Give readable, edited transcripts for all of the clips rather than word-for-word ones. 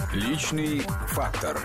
Личный фактор.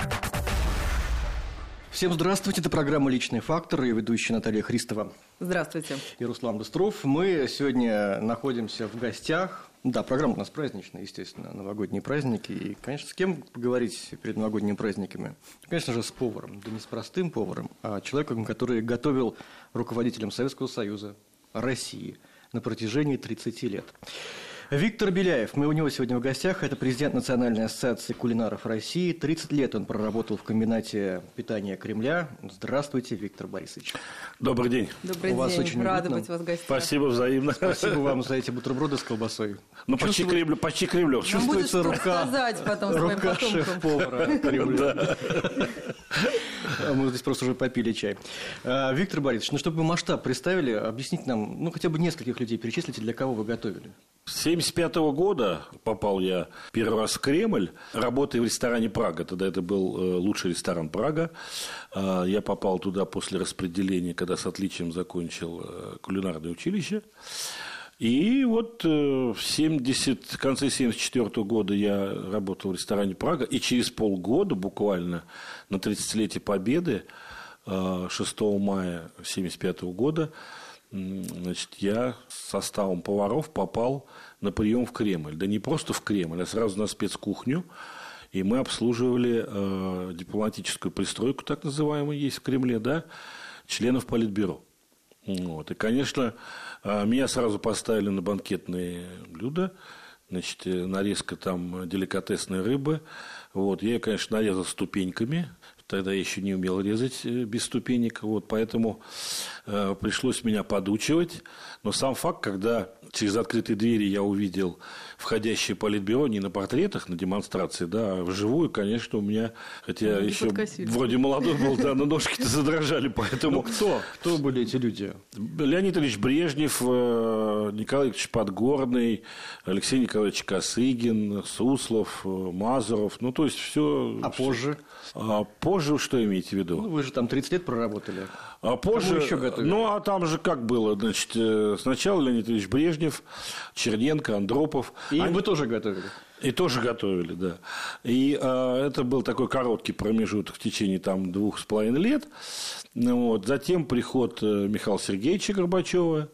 Всем здравствуйте, это программа «Личный фактор» и ведущая Наталья Христова. Здравствуйте. И Руслан Быстров. Мы сегодня находимся в гостях. Да, программа у нас праздничная, естественно, новогодние праздники. И, конечно, с кем поговорить перед новогодними праздниками? Конечно же, с поваром. Да не с простым поваром, а человеком, который готовил руководителем Советского Союза, России на протяжении 30 лет. Виктор Беляев, мы у него сегодня в гостях, это президент Национальной ассоциации кулинаров России. 30 лет он проработал в комбинате питания Кремля. Здравствуйте, Виктор Борисович. Добрый день. Добрый день, очень рада уютно. быть у вас в гостях. Спасибо взаимно. Спасибо вам за эти бутерброды с колбасой. Ну, почти Кремлев. Нам будет Чувствуется что рассказать потом своим рука потомкам. шеф-повара Кремля. Мы здесь просто уже попили чай. Виктор Борисович, ну, чтобы вы масштаб представили, объясните нам, ну, хотя бы нескольких людей перечислите, для кого вы готовили. С 1975 года попал я первый раз в Кремль, работая в ресторане «Прага». Тогда это был лучший ресторан «Прага». Я попал туда после распределения, когда с отличием закончил кулинарное училище. И вот в конце 1974 года я работал в ресторане «Прага». И через полгода, буквально на 30-летие Победы, 6 мая 1975 года, значит, я с составом поваров попал на прием в Кремль. Да не просто в Кремль, а сразу на спецкухню. И мы обслуживали дипломатическую пристройку, так называемую, есть в Кремле, да, членов Политбюро. Вот. И, конечно, меня сразу поставили на банкетные блюда. Значит, нарезка там деликатесной рыбы. Вот. Я, конечно, нарезал ступеньками. Тогда я еще не умел резать без ступенек, вот, поэтому пришлось меня подучивать. Но сам факт, когда через открытые двери я увидел входящее Политбюро не на портретах, на демонстрации, да, а вживую, конечно, у меня, хотя еще подкосили. Вроде молодой был, да, но ножки-то задрожали, поэтому… Ну, кто были эти люди? Леонид Ильич Брежнев, Николай Ильич Подгорный, Алексей Николаевич Косыгин, Суслов, Мазуров, ну, то есть все. А позже? Позже что имеете в виду? Ну, вы же там 30 лет проработали. А позже, кого еще готовили? Ну, а там же как было, значит, сначала Леонид Ильич Брежнев, Черненко, Андропов. И вы тоже готовили? И тоже готовили, да. И это был такой короткий промежуток в течение там 2,5 лет. Вот. Затем приход Михаила Сергеевича Горбачева.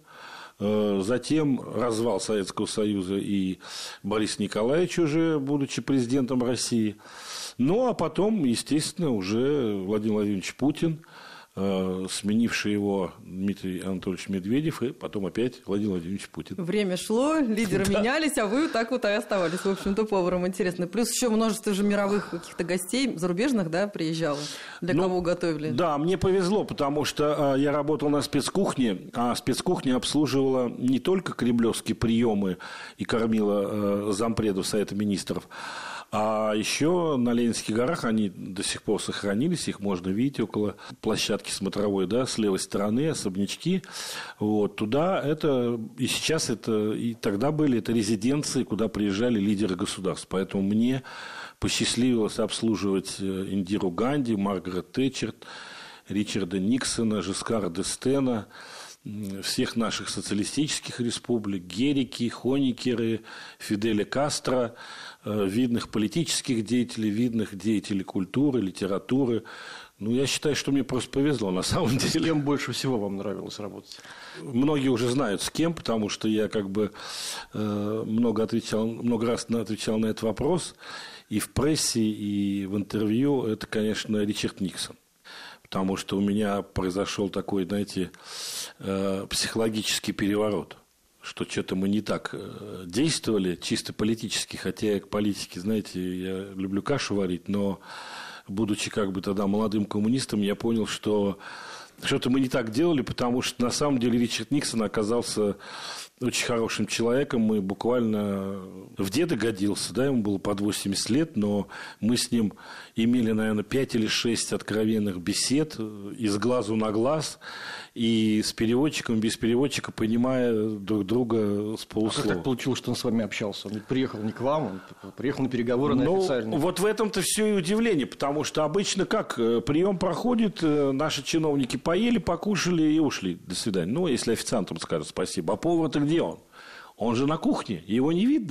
Затем развал Советского Союза и Борис Николаевич, уже будучи президентом России. Ну, а потом, естественно, уже Владимир Владимирович Путин, сменивший его Дмитрий Анатольевич Медведев, и потом опять Владимир Владимирович Путин. Время шло, лидеры менялись, а вы так вот и оставались, в общем-то, поваром. Интересно. Плюс еще множество же мировых каких-то гостей, зарубежных, да, приезжало. Для кого готовили? Да, мне повезло, потому что я работал на спецкухне, а спецкухня обслуживала не только кремлевские приемы и кормила зампредов Совета Министров, а еще на Ленинских горах они до сих пор сохранились, их можно видеть около площадки смотровой, да, с левой стороны, особнячки. Вот, туда это, и сейчас это, и тогда были это резиденции, куда приезжали лидеры государств. Поэтому мне посчастливилось обслуживать Индиру Ганди, Маргарет Тэтчер, Ричарда Никсона, Жискара д'Эстена, всех наших социалистических республик, Герики, Хоникеры, Фиделя Кастро, видных политических деятелей, видных деятелей культуры, литературы. Ну, я считаю, что мне просто повезло, на самом деле. С кем больше всего вам нравилось работать? Многие уже знают, с кем, потому что я как бы много раз отвечал на этот вопрос и в прессе, и в интервью. Это, конечно, Ричард Никсон. Потому что у меня произошел такой, знаете, психологический переворот, что что-то мы не так действовали, чисто политически, хотя я к политике, знаете, я люблю кашу варить, но, будучи как бы тогда молодым коммунистом, я понял, что что-то мы не так делали, потому что на самом деле Ричард Никсон оказался очень хорошим человеком, мы буквально в деда годился, да, ему было под 80 лет, но мы с ним имели, наверное, 5 или 6 откровенных бесед из глазу на глаз, и с переводчиком, без переводчика, понимая друг друга с полуслова. А как так получилось, что он с вами общался? Он приехал не к вам, он приехал на переговоры на официальные. Вот в этом-то все и удивление, потому что обычно как? Прием проходит, наши чиновники поели, покушали и ушли. До свидания. Ну, если официантам скажут спасибо. А повар-то где он? Он же на кухне, его не видно.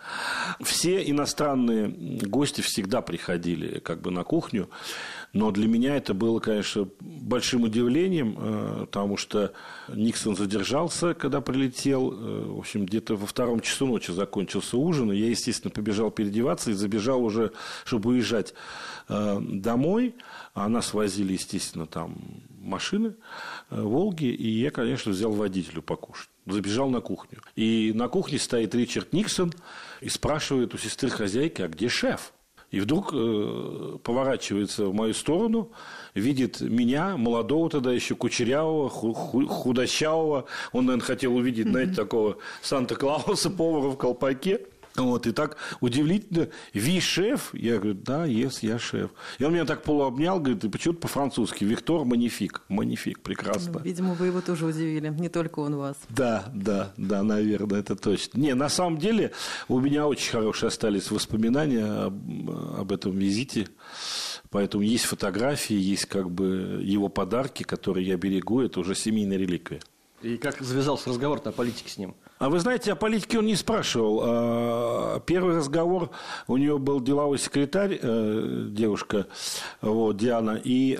Все иностранные гости всегда приходили как бы на кухню, но для меня это было, конечно, большим удивлением, потому что Никсон задержался, когда прилетел. В общем, где-то во 2 часу ночи закончился ужин, и я, естественно, побежал переодеваться и забежал уже, чтобы уезжать домой. А нас возили, естественно, там машины, «Волги», и я, конечно, взял водителю покушать. Забежал на кухню. И на кухне стоит Ричард Никсон и спрашивает у сестры хозяйки, а где шеф? И вдруг поворачивается в мою сторону, видит меня, молодого тогда еще, кучерявого, худощавого. Он, наверное, хотел увидеть, знаете, такого Санта-Клауса, повара в колпаке. Вот, и так удивительно, «Ви шеф?» Я говорю, да, я шеф. И он меня так полуобнял, говорит, и почему-то по-французски, «Виктор Манифик». Манифик, прекрасно. Видимо, вы его тоже удивили, не только он вас. Да, наверное, это точно. Не, на самом деле, у меня очень хорошие остались воспоминания об этом визите. Поэтому есть фотографии, есть как бы его подарки, которые я берегу, это уже семейная реликвия. И как завязался разговор-то о политике с ним? А вы знаете, о политике он не спрашивал. Первый разговор у него был деловой секретарь, девушка, вот, Диана, и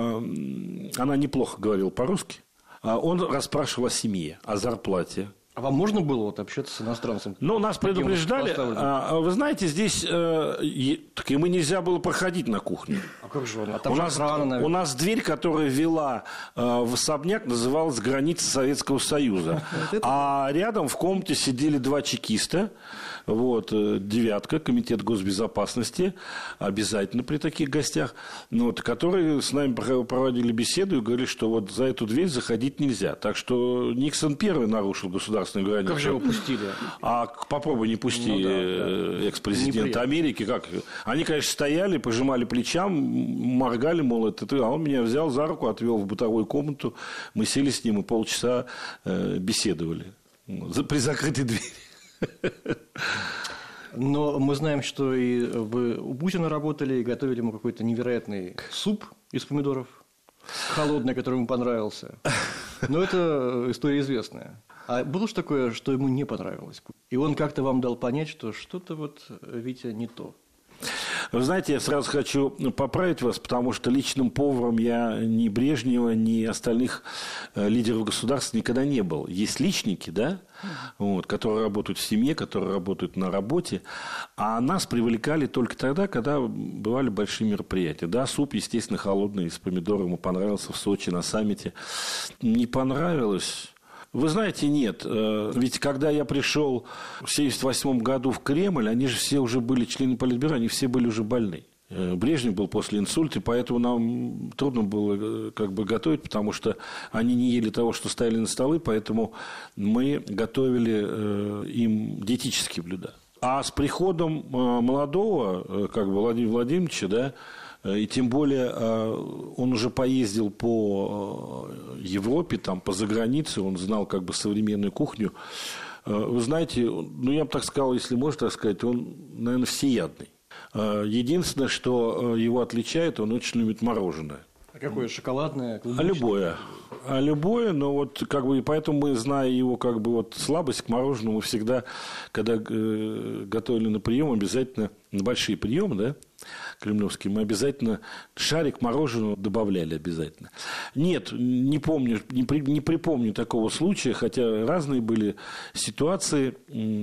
она неплохо говорила по-русски. Он расспрашивал о семье, о зарплате. А вам можно было вот общаться с иностранцем? Ну, нас предупреждали. Вы знаете, здесь так ему нельзя было проходить на кухню. А как же он? А там охрана, наверное. У нас дверь, которая вела в особняк, называлась «Граница Советского Союза». А рядом в комнате сидели 2 чекиста. Вот, 9-ка, комитет госбезопасности, обязательно при таких гостях, вот, которые с нами проводили беседу и говорили, что вот за эту дверь заходить нельзя. Так что Никсон первый нарушил государственную границу. Как же его пустили? А попробуй не пусти экс-президента Америки. Как? Они, конечно, стояли, пожимали плечам, моргали, мол, это ты. А он меня взял за руку, отвел в бытовую комнату. Мы сели с ним и полчаса беседовали при закрытой двери. Но мы знаем, что и вы у Путина работали и готовили ему какой-то невероятный суп из помидоров, холодный, который ему понравился. Но это история известная. А было же такое, что ему не понравилось? И он как-то вам дал понять, что что-то вот, Витя, не то. Вы знаете, я сразу хочу поправить вас, потому что личным поваром я ни Брежнева, ни остальных лидеров государства никогда не был. Есть личники, да, вот, которые работают в семье, которые работают на работе, а нас привлекали только тогда, когда бывали большие мероприятия. Да, суп, естественно, холодный из помидоров ему понравился в Сочи на саммите. Не понравилось... Вы знаете, нет. Ведь когда я пришел в 1978 году в Кремль, они же все уже были члены Политбюро, они все были уже больны. Брежнев был после инсульта, поэтому нам трудно было как бы готовить, потому что они не ели того, что ставили на столы, поэтому мы готовили им диетические блюда. А с приходом молодого, как бы Владимира Владимировича, да, и тем более он уже поездил по Европе, там, по загранице, он знал как бы современную кухню. Вы знаете, ну я бы так сказал, если можно так сказать, он, наверное, всеядный. Единственное, что его отличает, он очень любит мороженое. А какое? Шоколадное? Клубничное? Любое, но вот как бы, поэтому мы, зная его как бы вот слабость к мороженому, мы всегда, когда готовили на прием, обязательно на большие приемы, да, кремлевские, мы обязательно шарик мороженого добавляли обязательно. Нет, не помню, не припомню такого случая, хотя разные были ситуации,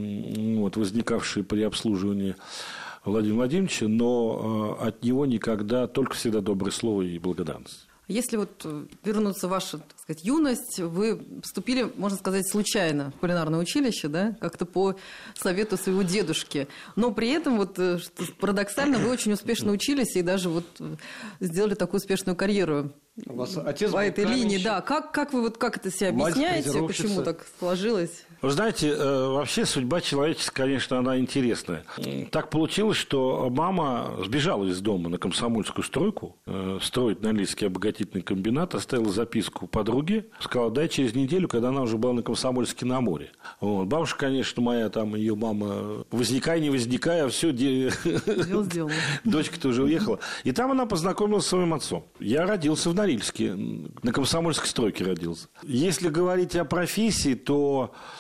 вот, возникавшие при обслуживании Владимира Владимировича, но от него никогда, только всегда доброе слово и благодарность. Если вот вернуться в вашу, так сказать, юность, вы поступили, можно сказать, случайно в кулинарное училище, да, как-то по совету своего дедушки. Но при этом, вот, парадоксально, вы очень успешно учились и даже вот сделали такую успешную карьеру. У вас отец по этой каменщик. линии, да. Как вы вот как это себе объясняете, почему так сложилось? Вы знаете, вообще судьба человеческая, конечно, она интересная. Так получилось, что мама сбежала из дома на Комсомольскую стройку, строить Норильский обогатительный комбинат, оставила записку подруге, сказала, дай через неделю, когда она уже была на Комсомольске на море. Вот. Бабушка, конечно, моя, там, ее мама, возникай, не возникай, а все, Сделано. дочка-то уже уехала. И там она познакомилась с своим отцом. Я родился в Норильске, на Комсомольской стройке родился. Если говорить о профессии, то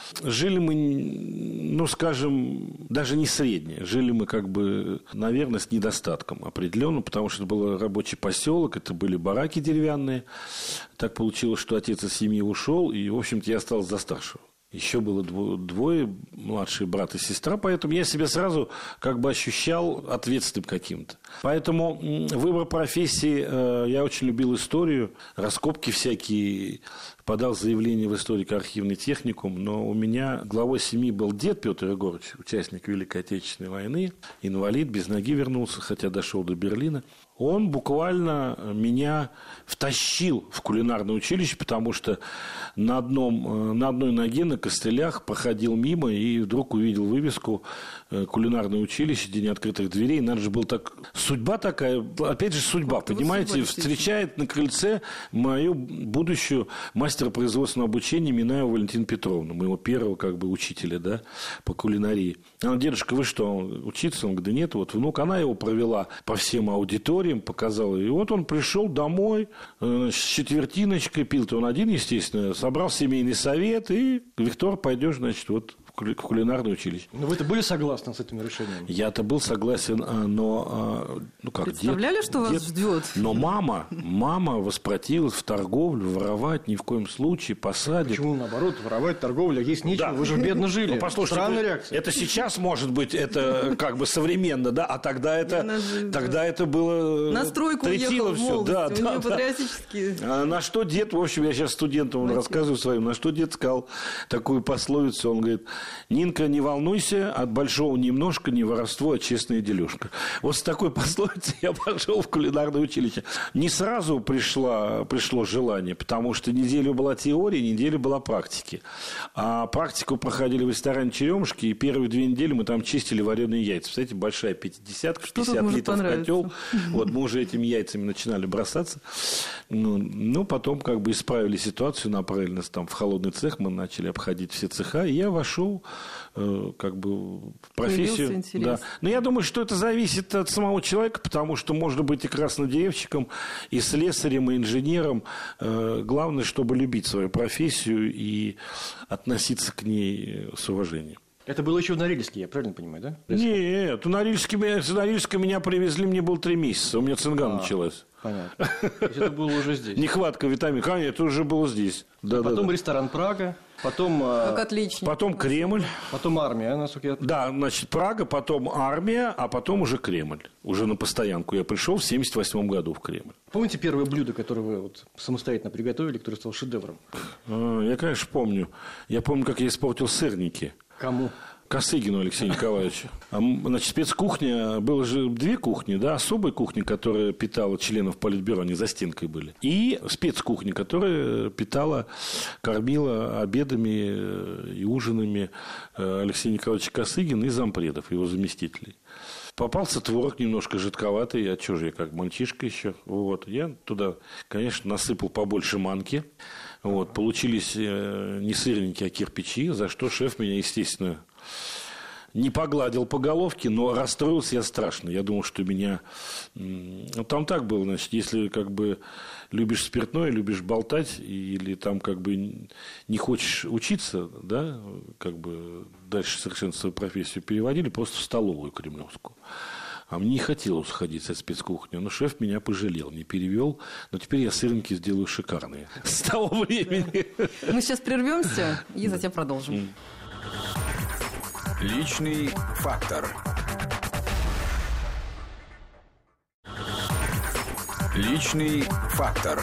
Жили мы, ну, скажем, даже не средне. Жили мы, как бы, наверное, с недостатком определенным, потому что это был рабочий поселок, это были бараки деревянные. Так получилось, что отец из семьи ушел, и, в общем-то, я остался за старшего. Еще было двое, младший брат и сестра, поэтому я себя сразу как бы ощущал ответственным каким-то. Поэтому выбор профессии, я очень любил историю, раскопки всякие, подал заявление в историко-архивный техникум, но у меня главой семьи был дед Петр Егорович, участник Великой Отечественной войны, инвалид, без ноги вернулся, хотя дошел до Берлина. Он буквально меня втащил в кулинарное училище, потому что на одной ноге на костылях проходил мимо и вдруг увидел вывеску «Кулинарное училище, день открытых дверей». Надо же было так... Судьба такая, опять же, судьба, понимаете, встречает на крыльце мою будущую мастера производственного обучения Минаеву Валентину Петровну, моего первого как бы учителя, да, по кулинарии. Она говорит: дедушка, вы что, учиться? Он говорит: да нет, вот внук. Она его провела по всем аудиториям, показала. И вот он пришел домой с четвертиночкой, пил-то он один, естественно, собрал семейный совет, и: Виктор, пойдешь, значит, вот в кулинарное училище. Но вы-то были согласны с этим решением? Я-то был согласен, но... Ну как, представляли, что вас ждет? Но мама воспротивилась в торговлю, воровать ни в коем случае, посадят. Почему наоборот, воровать, торговля, есть нечего, да. Вы же бедно жили. Ну, послушайте, странная реакция. Это сейчас, может быть, это как бы современно, да, а тогда это было... На стройку уехал в молодости, да, у него патриотические... На что дед, в общем, я сейчас студентам рассказываю своим, на что дед сказал такую пословицу, он говорит: Нинка, не волнуйся, от большого немножко не воровство, а честная дележка. Вот с такой пословицей я пошел в кулинарное училище. Не сразу пришло желание, потому что неделю была теория, неделя была практики. А практику проходили в ресторане «Черемушки», и первые 2 недели мы там чистили вареные яйца. Представляете, большая 50-ка, 50 литров котел. Вот мы уже этими яйцами начинали бросаться. Ну, потом как бы исправили ситуацию, направили нас там в холодный цех, мы начали обходить все цеха, и я вошел как бы в профессию. Да. Но я думаю, что это зависит от самого человека, потому что можно быть и краснодеревщиком, и слесарем, и инженером. Главное, чтобы любить свою профессию и относиться к ней с уважением. Это было еще в Норильске, я правильно понимаю, да? Нет, в Норильске меня привезли, мне было 3 месяца, у меня цинга началась. Понятно. То есть это было уже здесь. Нехватка витаминов, конечно, это уже было здесь. Да, потом ресторан «Прага», потом... Как отлично. Потом Кремль. Потом армия, насколько я... Да, значит, Прага, потом армия, а потом уже Кремль. Уже на постоянку я пришел в 1978 году в Кремль. Помните первое блюдо, которое вы вот самостоятельно приготовили, которое стало шедевром? Я, конечно, помню. Я помню, как я испортил сырники. Кому? Косыгину Алексею Николаевичу. Значит, спецкухня, было же 2 кухни, да, особая кухня, которая питала членов Политбюро, они за стенкой были, и спецкухня, которая кормила обедами и ужинами Алексея Николаевича Косыгина и зампредов, его заместителей. Попался творог немножко жидковатый, а что же я как мальчишка еще. Вот. Я туда, конечно, насыпал побольше манки. Вот. Получились не сырники, а кирпичи, за что шеф меня, естественно, не погладил по головке, но расстроился я страшно. Я думал, что меня... Там так было, значит, если как бы любишь спиртное, любишь болтать, или там как бы не хочешь учиться, да, как бы дальше совершенно свою профессию переводили просто в столовую кремлевскую. А мне не хотелось уходить со спецкухни, но шеф меня пожалел, не перевел. Но теперь я сырники сделаю шикарные с того времени. Мы сейчас прервемся и затем продолжим. Личный фактор. Личный фактор.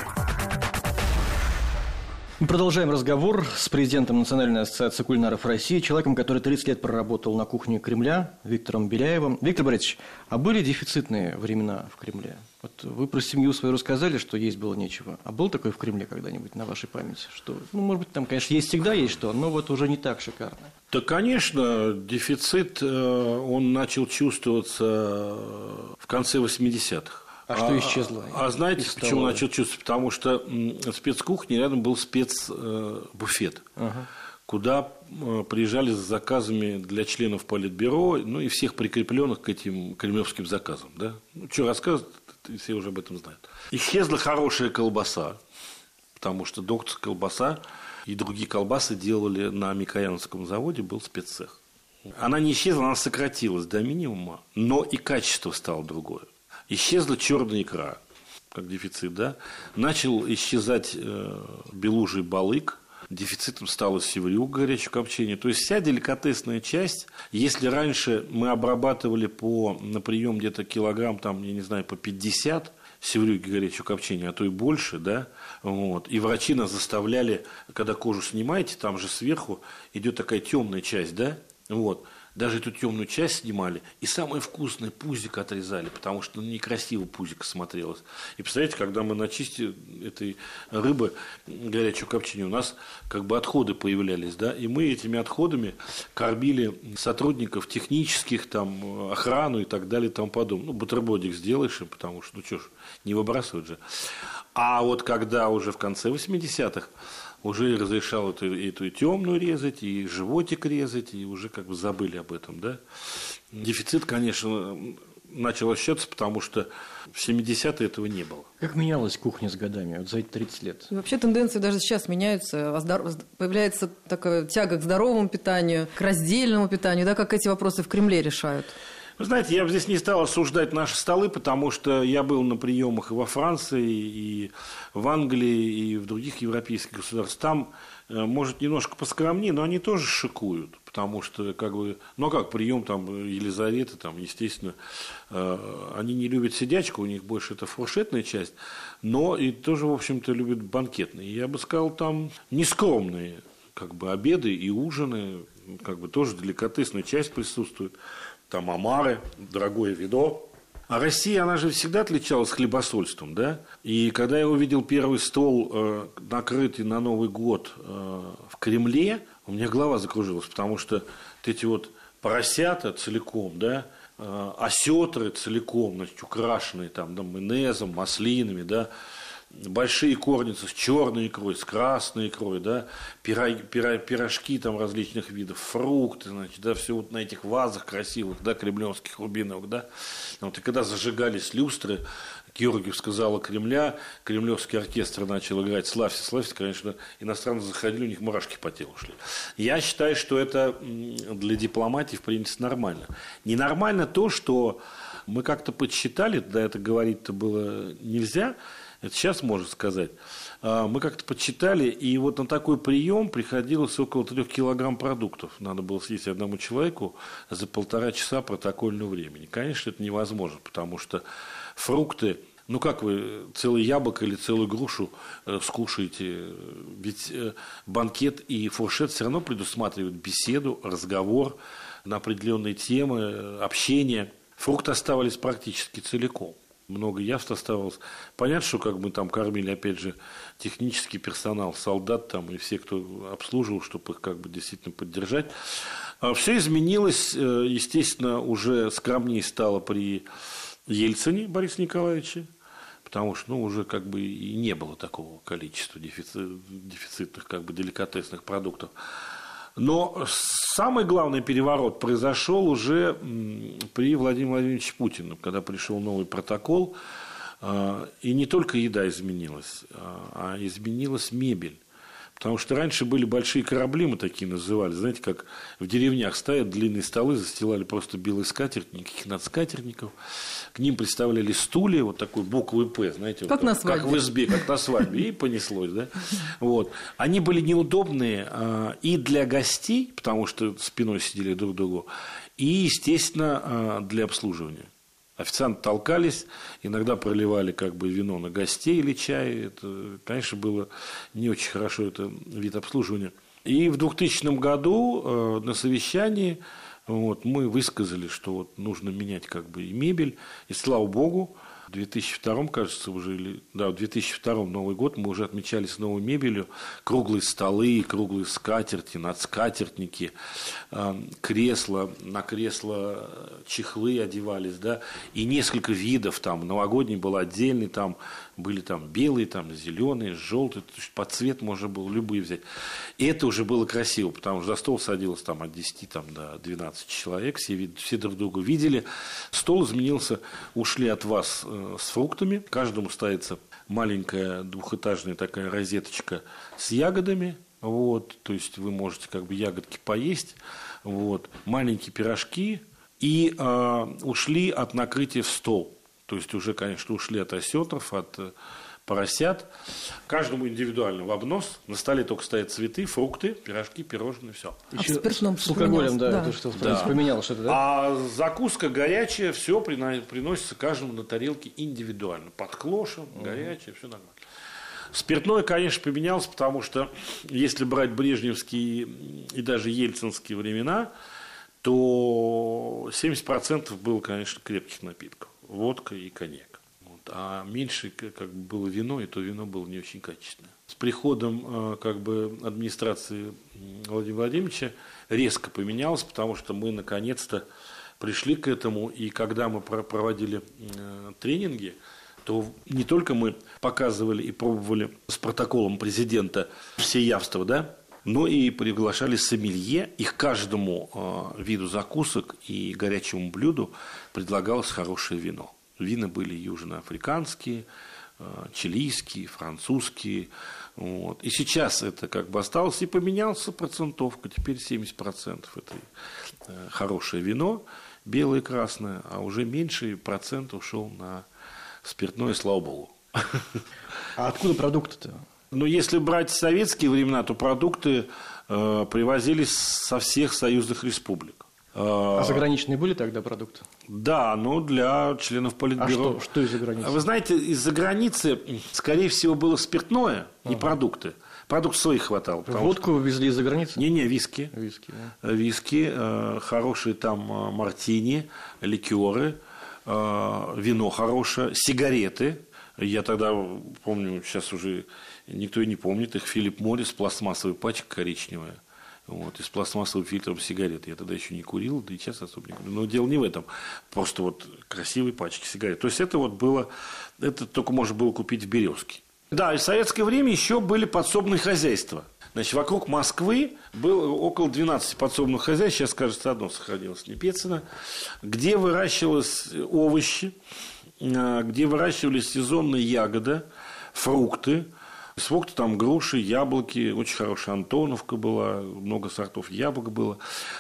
Мы продолжаем разговор с президентом Национальной ассоциации кулинаров России, человеком, который 30 лет проработал на кухне Кремля, Виктором Беляевым. Виктор Борисович, а были дефицитные времена в Кремле? Вот вы про семью свою рассказали, что есть было нечего. А был такой в Кремле когда-нибудь на вашей памяти? Что, может быть, там, конечно, есть всегда есть что, но вот уже не так шикарно. Да, конечно, дефицит, он начал чувствоваться в конце 80-х. А что исчезло? А знаете, почему начал чувствовать? Потому что в спецкухне рядом был спецбуфет, куда приезжали с заказами для членов Политбюро, ну и всех прикрепленных к этим кремлевским заказам. Да? Ну, что рассказывать, все уже об этом знают. Исчезла хорошая колбаса, потому что докторская колбаса и другие колбасы делали на Микояновском заводе, был спеццех. Она не исчезла, она сократилась до минимума, но и качество стало другое. Исчезла черная икра, как дефицит, да? Начал исчезать белужий балык, дефицитом стало севрюк, горячее копчение. То есть вся деликатесная часть, если раньше мы обрабатывали на прием где-то килограмм, там, я не знаю, по 50 севрюги горячего копчения, а то и больше, да, вот. И врачи нас заставляли, когда кожу снимаете, там же сверху идет такая темная часть, да, вот. Даже эту темную часть снимали, и самое вкусное пузико отрезали, потому что некрасиво пузико смотрелось. И представляете, когда мы на чисте этой рыбы горячего копчения, у нас как бы отходы появлялись, да, и мы этими отходами кормили сотрудников технических, там, охрану и так далее и тому подобное. Ну, бутербродик сделаешь им, потому что, ну, что ж, не выбрасывать же. А вот когда уже в конце 80-х уже разрешал эту темную резать, и животик резать, и уже как бы забыли об этом, да. Дефицит, конечно, начал ощущаться, потому что в 70-е этого не было. Как менялась кухня с годами, вот за эти 30 лет? И вообще тенденции даже сейчас меняются. Появляется такая тяга к здоровому питанию, к раздельному питанию, да, как эти вопросы в Кремле решают. Вы знаете, я бы здесь не стал осуждать наши столы, потому что я был на приемах и во Франции, и в Англии, и в других европейских государствах. Там, может, немножко поскромнее, но они тоже шикуют, потому что, как бы, ну, как прием там Елизаветы, там, естественно, они не любят сидячку, у них больше это фуршетная часть, но и тоже, в общем-то, любят банкетные. Я бы сказал, там нескромные, как бы, обеды и ужины, как бы, тоже деликатесная часть присутствует. Там омары, дорогое вино. А Россия, она же всегда отличалась хлебосольством, да? И когда я увидел первый стол, накрытый на Новый год в Кремле, у меня голова закружилась, потому что эти вот поросята целиком, да, осетры целиком, значит, украшенные там, да, майонезом, маслинами, да, большие корницы с черной икрой, с красной икрой, да, пирожки там различных видов, фрукты, значит, да, все вот на этих вазах красивых, да, кремлевских рубиновых, да. Вот, и когда зажигались люстры Георгиевского зала Кремля, кремлевский оркестр начал играть «Славься, славься», конечно, иностранцы заходили, у них мурашки по телу шли. Я считаю, что это для дипломатии, в принципе, нормально. Ненормально то, что мы как-то подсчитали, да, это говорить-то было нельзя, это сейчас можно сказать. Мы как-то подсчитали, и вот на такой прием приходилось около 3 килограмм продуктов. Надо было съесть одному человеку за 1,5 часа протокольного времени. Конечно, это невозможно, потому что фрукты, ну как вы целое яблоко или целую грушу скушаете? Ведь банкет и фуршет все равно предусматривают беседу, разговор на определенные темы, общение. Фрукты оставались практически целиком. Много явств оставалось. Понятно, что как мы там кормили, опять же, технический персонал, солдат там и все, кто обслуживал, чтобы их как бы действительно поддержать. Все изменилось, естественно, уже скромнее стало при Ельцине Борисе Николаевиче, потому что, ну, уже как бы и не было такого количества дефицитных, как бы деликатесных продуктов. Но самый главный переворот произошел уже при Владимире Владимировиче Путине, когда пришел новый протокол, и не только еда изменилась, а изменилась мебель. Потому что раньше были большие корабли, мы такие называли, знаете, как в деревнях стоят длинные столы, застилали просто белый скатерть, никаких надскатерников. К ним представляли стулья, вот такой буквы «П», знаете, как, вот, как в избе, как на свадьбе, и понеслось, да. Вот. Они были неудобные и для гостей, потому что спиной сидели друг к другу, и, естественно, для обслуживания. Официанты толкались, иногда проливали как бы вино на гостей или чай. Это, конечно, было не очень хорошо, это вид обслуживания. И в 2000 году на совещании вот, мы высказали, что вот нужно менять как бы и мебель. И слава богу, в 2002, кажется, уже, или, да, в 2002 Новый год мы уже отмечали с новой мебелью. Круглые столы, круглые скатерти, надскатертники, кресла, на кресла чехлы одевались, да, и несколько видов, там, новогодний был отдельный, там, были там белые, там, зеленые, желтые, под цвет можно было любые взять. И это уже было красиво, потому что за стол садилось там, от 10 там, до 12 человек, все друг друга видели. Стол изменился, ушли от вас с фруктами, каждому ставится маленькая двухэтажная такая розеточка с ягодами, Вот, то есть вы можете как бы ягодки поесть. Вот, маленькие пирожки. И ушли от накрытия в стол. То есть уже, конечно, ушли от осетров, от поросят. Каждому индивидуально в обнос. На столе только стоят цветы, фрукты, пирожки, пирожные, все. А в спиртном с алкоголем, да. Это что поменялось что-то, да? А закуска горячая, все приносится каждому на тарелке индивидуально. Под клошем, горячее, все нормально. Спиртное, конечно, поменялось, потому что если брать брежневские и даже ельцинские времена, то 70% было, конечно, крепких напитков. Водка и коньяк. Вот. А меньше как бы было вино, и то вино было не очень качественное. С приходом как бы администрации Владимира Владимировича резко поменялось, потому что мы наконец-то пришли к этому. И когда мы проводили тренинги, то не только мы показывали и пробовали с протоколом президента все явства, да, но и приглашали сомелье, и к каждому виду закусок и горячему блюду предлагалось хорошее вино. Вина были южноафриканские, чилийские, французские. Вот. И сейчас это как бы осталось, и поменялся процентовка. Теперь 70% это хорошее вино, белое и красное, а уже меньший процент ушел на спиртное, слава богу. А откуда продукты-то? Ну, если брать советские времена, то продукты привозились со всех союзных республик. А заграничные были тогда продукты? Да, но для членов Политбюро. А что из-за границы? Вы знаете, из-за границы, скорее всего, было спиртное, не продукты. Продуктов своих хватало. Водку вы везли из-за границы? Не, виски. Виски, Хорошие там мартини, ликеры, вино хорошее, сигареты. Я тогда помню, сейчас уже никто и не помнит их, Филипп Моррис, пластмассовая пачка коричневая. Вот, и с пластмассовым фильтром сигареты. Я тогда еще не курил, да и сейчас особо не курил. Но дело не в этом. Просто вот красивые пачки сигарет. То есть это вот было, это только можно было купить в «Березке». Да, и в советское время еще были подсобные хозяйства. Значит, вокруг Москвы было около 12 подсобных хозяйств, сейчас, кажется, одно сохранилось, Непецино, где выращивались овощи, где выращивались сезонные ягоды, фрукты. Фрукты там груши, яблоки, очень хорошая Антоновка была, много сортов яблок было.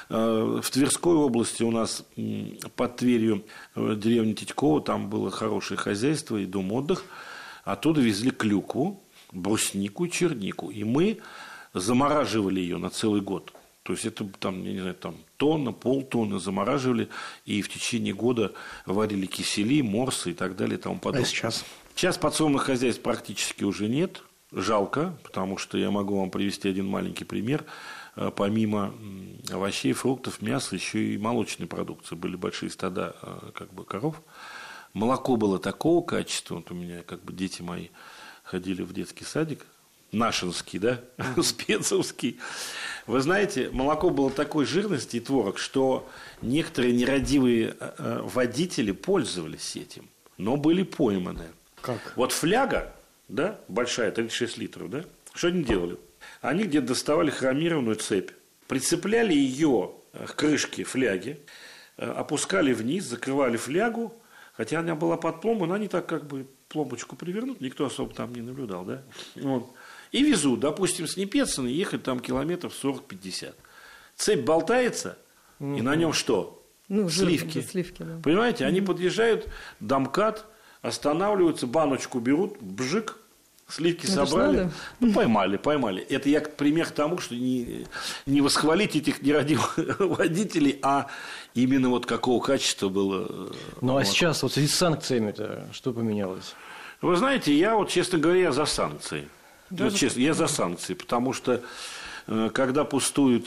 В Тверской области у нас под Тверью деревня Титьково, там было хорошее хозяйство и дом отдыха. Оттуда везли клюкву, бруснику и чернику. И мы замораживали ее на целый год. То есть это там, я не знаю, там тонна, полтонны замораживали и в течение года варили кисели, морсы и так далее и тому подобное. А сейчас? Сейчас подсобных хозяйств практически уже нет. Жалко, потому что я могу вам привести один маленький пример. Помимо овощей, фруктов, мяса, еще и молочной продукции. Были большие стада как бы коров. Молоко было такого качества. Вот у меня как бы дети мои ходили в детский садик. Нашинский, да, спецовский. Вы знаете, молоко было такой жирности и творог, что некоторые нерадивые водители пользовались этим, но были пойманы. Как? Вот фляга, да, большая, 36 литров, да, что они делали? Они где-то доставали хромированную цепь, прицепляли ее к крышке фляги, опускали вниз, закрывали флягу, хотя она была под пломбой, но они так как бы пломбочку привернут, никто особо там не наблюдал, да, вот. И везут, допустим, с Непецина ехать там километров 40-50. Цепь болтается, и на нем что? Ну, сливки. Сливки, да. Понимаете, они подъезжают, домкат, останавливаются, баночку берут, бжик, сливки Это собрали. Ну, поймали. Это я пример к тому, что не восхвалить этих нерадивых водителей, а именно вот какого качества было. Ну, а сейчас вот в связи с санкциями-то что поменялось? Вы знаете, я вот, честно говоря, за санкции. Вот, честно, я за санкции, потому что когда пустуют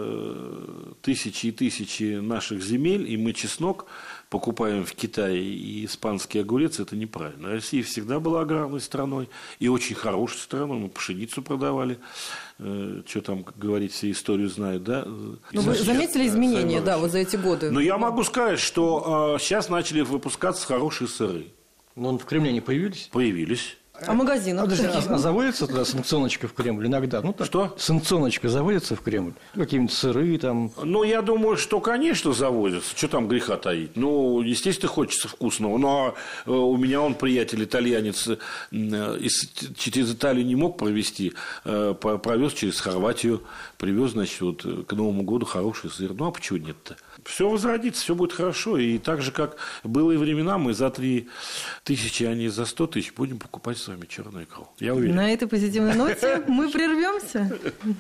тысячи и тысячи наших земель, и мы чеснок покупаем в Китае и испанский огурец, это неправильно. Россия всегда была аграрной страной и очень хорошей страной. Мы пшеницу продавали. Что там говорить, все историю знают, да? Но вы заметили изменения, да, вот за эти годы? Но я могу сказать, что сейчас начали выпускаться хорошие сыры. Но в Кремле не появились? Появились. А магазинах? А заводится туда санкционочка в Кремль иногда? Ну, так, Что? Санкционочка заводится в Кремль? Какие-нибудь сыры там? Ну, я думаю, что, конечно, завозятся. Что там греха таить? Ну, естественно, хочется вкусного. Но у меня он приятель итальянец через Италию не мог провести. Провез через Хорватию. Привез, значит, вот к Новому году хороший сыр. Ну, а почему нет-то? Все возродится, все будет хорошо. И так же, как былые времена, мы за 3000, а не за 100 тысяч будем покупать с вами черную икру. Я уверен. На этой позитивной ноте мы прервемся.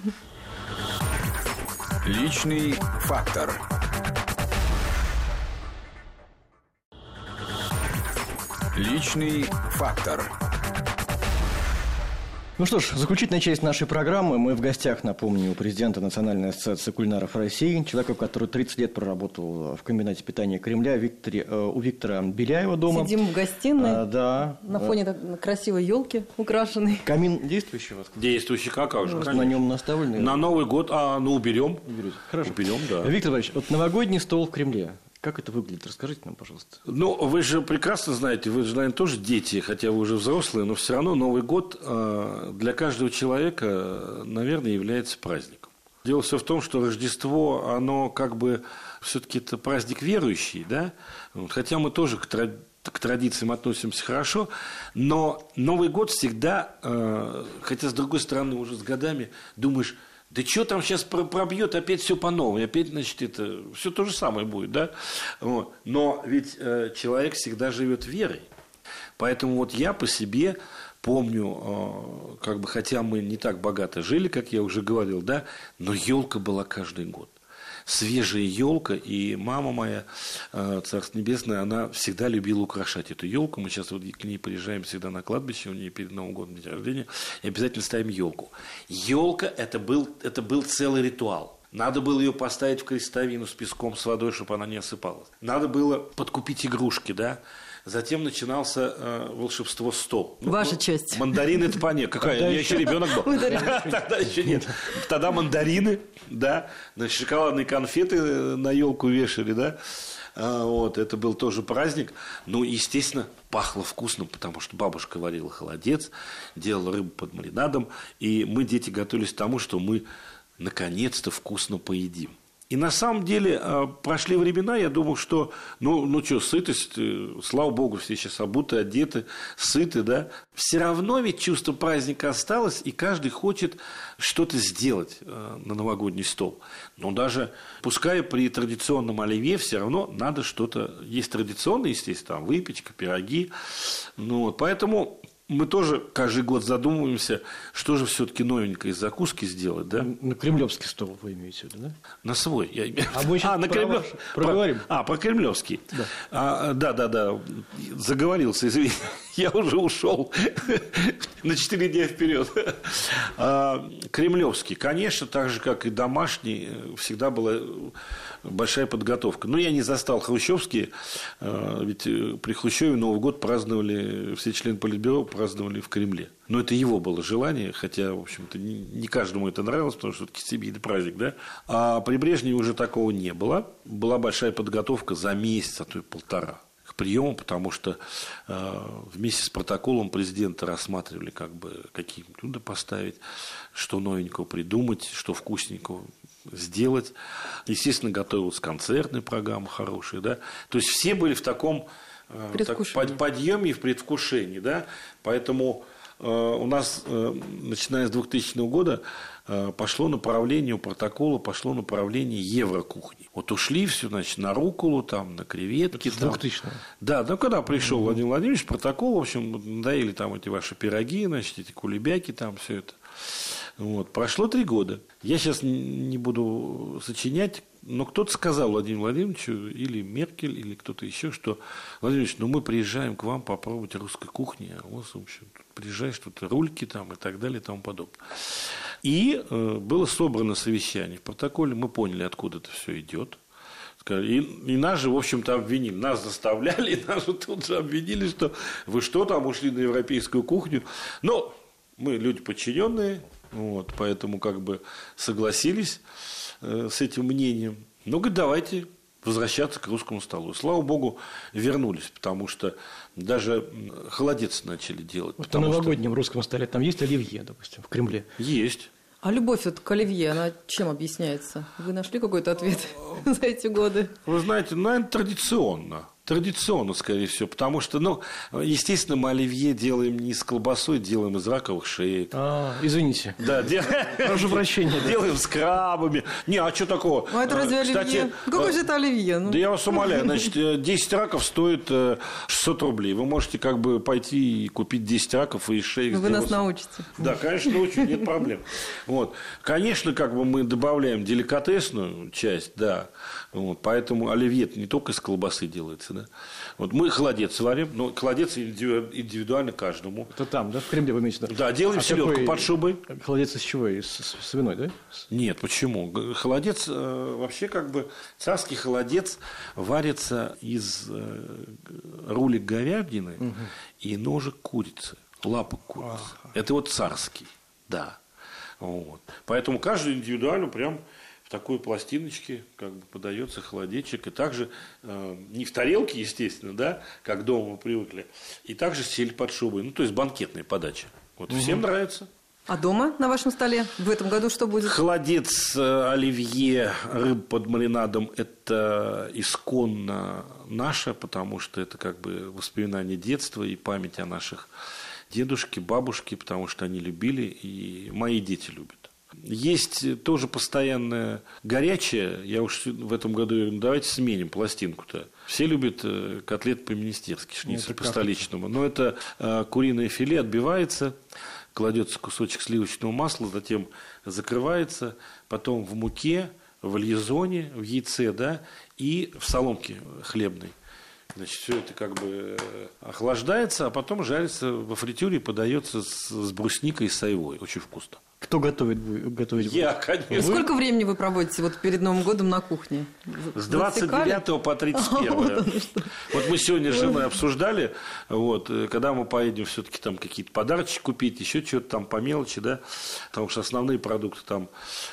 Личный фактор. Личный фактор. Ну что ж, заключительная часть нашей программы. Мы в гостях, напомню, у президента Национальной ассоциации кулинаров России, человека, который 30 лет проработал в комбинате питания Кремля, у Виктора Беляева дома. Сидим в гостиной, да. на фоне красивой елки украшенной. Камин действующий у вас? Действующий, как же? На нем наставлены? На Новый год, уберем. Хорошо. Уберем, да. Виктор Иванович, вот новогодний стол в Кремле. Как это выглядит? Расскажите нам, пожалуйста. Ну, вы же прекрасно знаете, вы же, наверное, тоже дети, хотя вы уже взрослые, но все равно Новый год для каждого человека, наверное, является праздником. Дело все в том, что Рождество, оно как бы все-таки это праздник верующий, да? Хотя мы тоже к традициям относимся хорошо, но Новый год всегда, хотя с другой стороны уже с годами думаешь, да что там сейчас пробьет, опять все по новой, опять, значит, это все то же самое будет, да? Вот. Но ведь человек всегда живет верой. Поэтому вот я по себе помню, как бы, хотя мы не так богато жили, как я уже говорил, да, но елка была каждый год. Свежая елка, и мама моя, Царство Небесное, она всегда любила украшать эту елку. Мы сейчас вот к ней приезжаем всегда на кладбище, у нее перед Новым годом день рождения, и обязательно ставим елку. Елка это был целый ритуал. Надо было ее поставить в крестовину с песком, с водой, чтобы она не осыпалась. Надо было подкупить игрушки, да. Затем начинался волшебство стол. Ваша часть. Мандарины это понятно. Какая? Я еще ребенок был. Тогда еще нет. Тогда мандарины, да. Значит, шоколадные конфеты на елку вешали, да. Вот, это был тоже праздник. Ну, естественно, пахло вкусно, потому что бабушка варила холодец, делала рыбу под маринадом. И мы, дети, готовились к тому, что мы наконец-то вкусно поедим. И на самом деле прошли времена, я думаю, что, сытость, слава богу, все сейчас обуты, одеты, сыты, да. Все равно ведь чувство праздника осталось, и каждый хочет что-то сделать на новогодний стол. Но даже, пускай при традиционном оливье, все равно надо что-то, есть традиционное, естественно, там выпечка, пироги. Поэтому мы тоже каждый год задумываемся, что же все-таки новенькое из закуски сделать, да? На кремлевский стол вы имеете в виду, да? На свой. На кремлевский. Проговорим. Про кремлевский. Да. Да. Заговорился, извини. Я уже ушел на 4 дня вперед. Кремлевский, конечно, так же, как и домашний, всегда была большая подготовка. Но я не застал хрущевские, ведь при Хрущеве Новый год праздновали, все члены Политбюро праздновали в Кремле. Но это его было желание, хотя, в общем-то, не каждому это нравилось, потому что это семейный праздник, да. А при Брежневе уже такого не было. Была большая подготовка за месяц, а то и полтора. К приему, потому что вместе с протоколом президента рассматривали, какие блюда поставить, что новенького придумать, что вкусненького сделать. Естественно, готовилась концертная программа хорошая, да. То есть все были в таком подъеме и в предвкушении, да. Поэтому у нас, начиная с 2000 года, пошло направление, у протокола пошло направление еврокухни. Вот ушли все, значит, на рукколу, там, на креветки. С 2000-го? Да, когда пришел Владимир Владимирович, протокол, в общем, надоели там эти ваши пироги, значит, эти кулебяки, там, все это. Вот. Прошло 3 года. Я сейчас не буду сочинять, но кто-то сказал Владимиру Владимировичу, или Меркель, или кто-то еще, что, Владимир Ильич, мы приезжаем к вам попробовать русской кухни, а у вас, в общем, приезжаешь, что-то рульки там и так далее и тому подобное. И было собрано совещание. В протоколе мы поняли, откуда это все идет. И нас же, в общем-то, обвинили. Нас заставляли, и нас же тут же обвинили, что вы что там ушли на европейскую кухню. Но мы люди подчиненные, поэтому согласились с этим мнением. Ну, говорит, давайте возвращаться к русскому столу. Слава богу, вернулись, потому что даже холодец начали делать. Вот на новогоднем русском столе там есть оливье, допустим, в Кремле? Есть. А любовь вот к оливье, она чем объясняется? Вы нашли какой-то ответ за эти годы? Вы знаете, наверное, традиционно. Традиционно, скорее всего, потому что, естественно, мы оливье делаем не с колбасой, делаем из раковых шеек. Извините. Да, прошу прощения. Делаем с крабами. Не, а что такого? А это разве оливье? Какое же это оливье? Да я вас умоляю, значит, 10 раков стоит 600 рублей. Вы можете как бы пойти и купить 10 раков и шеек. Вы нас научите. Да, конечно, научу, нет проблем. Вот. Конечно, как бы мы добавляем деликатесную часть, да. Вот. Поэтому оливье не только из колбасы делается, да. Вот мы холодец варим, но холодец индивидуально каждому. Это там, да, в Кремле вы имеете в виду? Да, делаем селедку под шубой. Холодец из чего? Из свиной, да? Нет, почему? Холодец, вообще как бы царский холодец варится из рулек говядины и ножек курицы, лапок курицы. Это вот царский, да. Вот. Поэтому каждый индивидуально прям в такой пластиночке как бы подается холодечек. И также не в тарелке, естественно, да, как дома мы привыкли, и также сель под шубой. То есть банкетная подача. Вот всем нравится. А дома на вашем столе в этом году что будет? Холодец, оливье, рыба под маринадом – это исконно наше, потому что это как бы воспоминание детства и память о наших дедушке, бабушке, потому что они любили, и мои дети любят. Есть тоже постоянное горячее. Я уж в этом году говорю, давайте сменим пластинку-то. Все любят котлет по-министерски, шницель по-столичному. Но это куриное филе отбивается, кладется кусочек сливочного масла, затем закрывается, потом в муке, в льезоне, в яйце, да, и в соломке хлебной. Значит, все это как бы охлаждается, а потом жарится во фритюре, подается с брусникой и с айвой. Очень вкусно. Кто готовить будет? Я, конечно. И сколько времени вы проводите вот перед Новым годом на кухне? С 29 по 31. Вот мы сегодня с женой обсуждали, вот, когда мы поедем все-таки там какие-то подарочки купить, еще что-то там по мелочи, да, потому что основные продукты там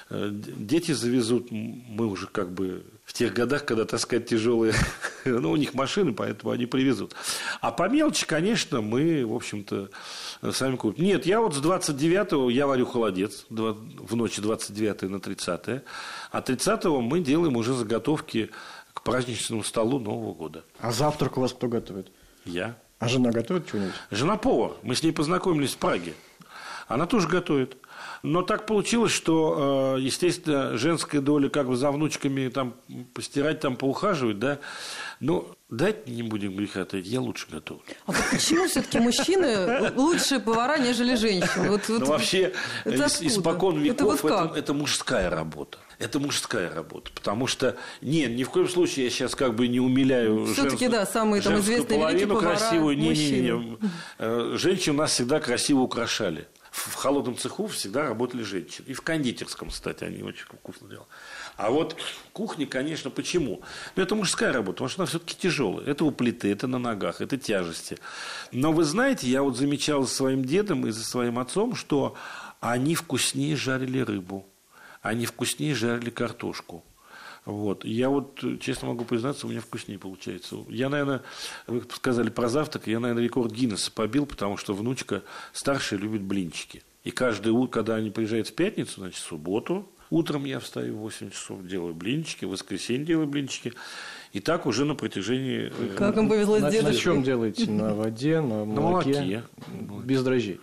дети завезут, мы уже как бы в тех годах, когда таскать тяжелые, у них машины, поэтому они привезут. А по мелочи, конечно, мы, в общем-то, сами купим. Нет, я вот с 29-го я варю холодец в ночь 29 на 30, а 30-го мы делаем уже заготовки к праздничному столу Нового года. А завтрак у вас кто готовит? Я. А жена готовит что-нибудь? Жена повар. Мы с ней познакомились в Праге. Она тоже готовит. Но так получилось, что, естественно, женская доля как бы за внучками там постирать, там поухаживать, да. Но дайте не будем греха таить, я лучше готовлю. А вот почему все-таки мужчины лучшие повара, нежели женщины? Ну, вообще, испокон веков это это мужская работа. Это мужская работа, потому что, ни в коем случае я сейчас как бы не умиляю все-таки, да, самые там известные великие повара красивую. мужчины. Женщин у нас всегда красиво украшали. В холодном цеху всегда работали женщины. И в кондитерском, кстати, они очень вкусно делали. А вот кухня, конечно, почему? Ну, это мужская работа, потому что она все-таки тяжелая. Это у плиты, это на ногах, это тяжести. Но вы знаете, я вот замечал за своим дедом и за своим отцом, что они вкуснее жарили рыбу, они вкуснее жарили картошку. Вот. Я вот, честно могу признаться, у меня вкуснее получается. Я, наверное, вы сказали про завтрак, я, наверное, рекорд Гиннесса побил, потому что внучка старшая любит блинчики. И каждое утро, когда они приезжают в пятницу, значит, в субботу, утром я встаю в 8 часов, делаю блинчики, в воскресенье делаю блинчики. И так уже на протяжении... Как вам повезло с дедушкой? На чем делаете? На воде, на молоке? На молоке. Без дрожжей?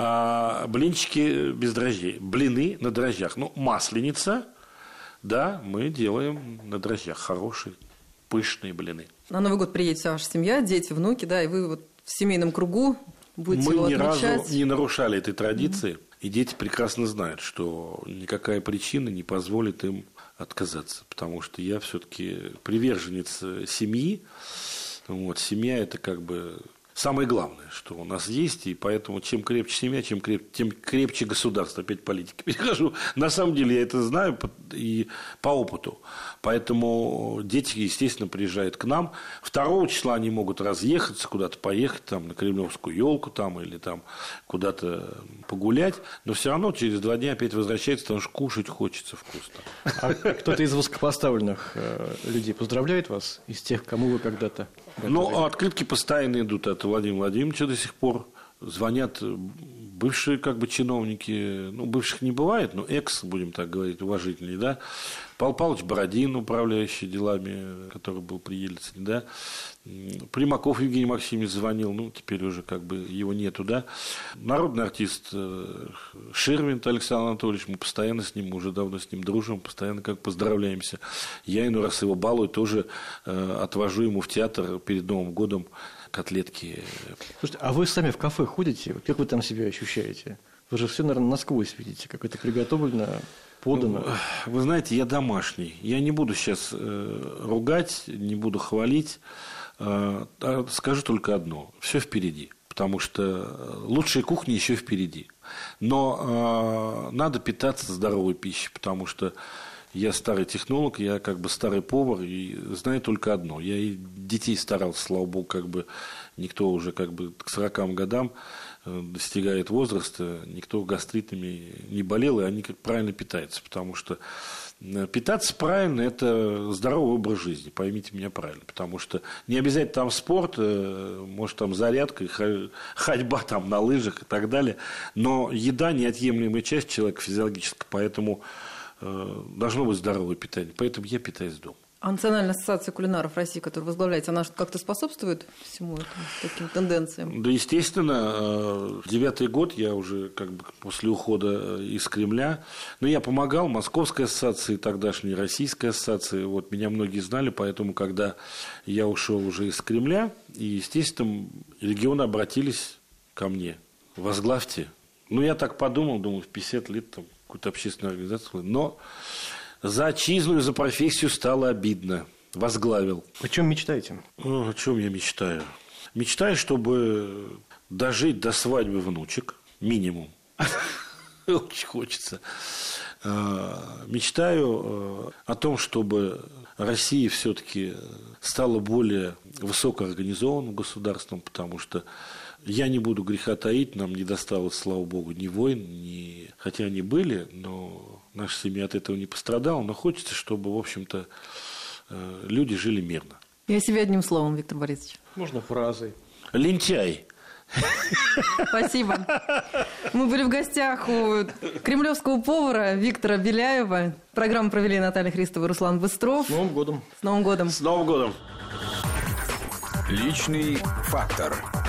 Блинчики без дрожжей. Блины на дрожжах. Ну, масленица... Да, мы делаем на дрожжах хорошие, пышные блины. На Новый год приедет вся ваша семья, дети, внуки, да, и вы вот в семейном кругу будете его отмечать. Мы ни разу не нарушали этой традиции, и дети прекрасно знают, что никакая причина не позволит им отказаться, потому что я все-таки приверженец семьи. Вот, семья – это как бы самое главное, что у нас есть, и поэтому чем крепче семья, тем крепче государство. Опять политики перехожу. На самом деле я это знаю и по опыту. Поэтому дети, естественно, приезжают к нам. 2 числа они могут разъехаться, куда-то поехать там, на Кремлевскую елку там, или там, куда-то погулять, но все равно через 2 дня опять возвращается, потому что кушать хочется вкусно. А кто-то из высокопоставленных людей поздравляет вас, из тех, кому вы когда-то готовили? Ну, открытки постоянно идут от Владимира Владимировича до сих пор. Звонят бывшие чиновники, бывших не бывает, но будем так говорить, уважительнее, да. Павел Павлович Бородин, управляющий делами, который был при Ельцине, да. Примаков Евгений Максимович звонил, теперь уже его нету, да. Народный артист Ширвинт Александр Анатольевич, мы постоянно с ним, уже давно с ним дружим, постоянно поздравляемся. Я иной раз его балую, тоже отвожу ему в театр перед Новым годом котлетки. Слушайте, а вы сами в кафе ходите? Как вы там себя ощущаете? Вы же все, наверное, насквозь видите, как это приготовлено, подано. Вы знаете, я домашний. Я не буду сейчас ругать, не буду хвалить. Скажу только одно. Все впереди. Потому что лучшие кухни еще впереди. Но надо питаться здоровой пищей, потому что я старый технолог, я старый повар, и знаю только одно. Я и детей старался, слава богу, никто уже к 40 годам достигает возраста, никто гастритами не болел, и они правильно питаются. Потому что питаться правильно – это здоровый образ жизни, поймите меня правильно. Потому что не обязательно там спорт, может там зарядка, ходьба там на лыжах и так далее. Но еда – неотъемлемая часть человека физиологическая, поэтому должно быть здоровое питание. Поэтому я питаюсь дома. А Национальная ассоциация кулинаров России, которую вы возглавляете, она как-то способствует всему этому, таким тенденциям? Да, естественно. 9-й год я уже после ухода из Кремля. Но я помогал Московской ассоциации, тогдашней Российской ассоциации. Меня многие знали, поэтому, когда я ушел уже из Кремля, и, естественно, регионы обратились ко мне. Возглавьте. Я так подумал, думаю, в 50 лет там какую-то общественную организацию. Но за отчизну и за профессию стало обидно. Возглавил. О чем мечтаете? О чем я мечтаю? Мечтаю, чтобы дожить до свадьбы внучек. Минимум. Очень хочется. Мечтаю о том, чтобы Россия все-таки стала более высокоорганизованным государством, потому что я не буду греха таить, нам не досталось, слава богу, ни войн, хотя они были, но наша семья от этого не пострадала. Но хочется, чтобы, в общем-то, люди жили мирно. И о себе одним словом, Виктор Борисович. Можно фразой. Лентяй. Спасибо. Мы были в гостях у кремлевского повара Виктора Беляева. Программу провели Наталья Христова и Руслан Быстров. С Новым годом. С Новым годом. С Новым годом. Личный фактор.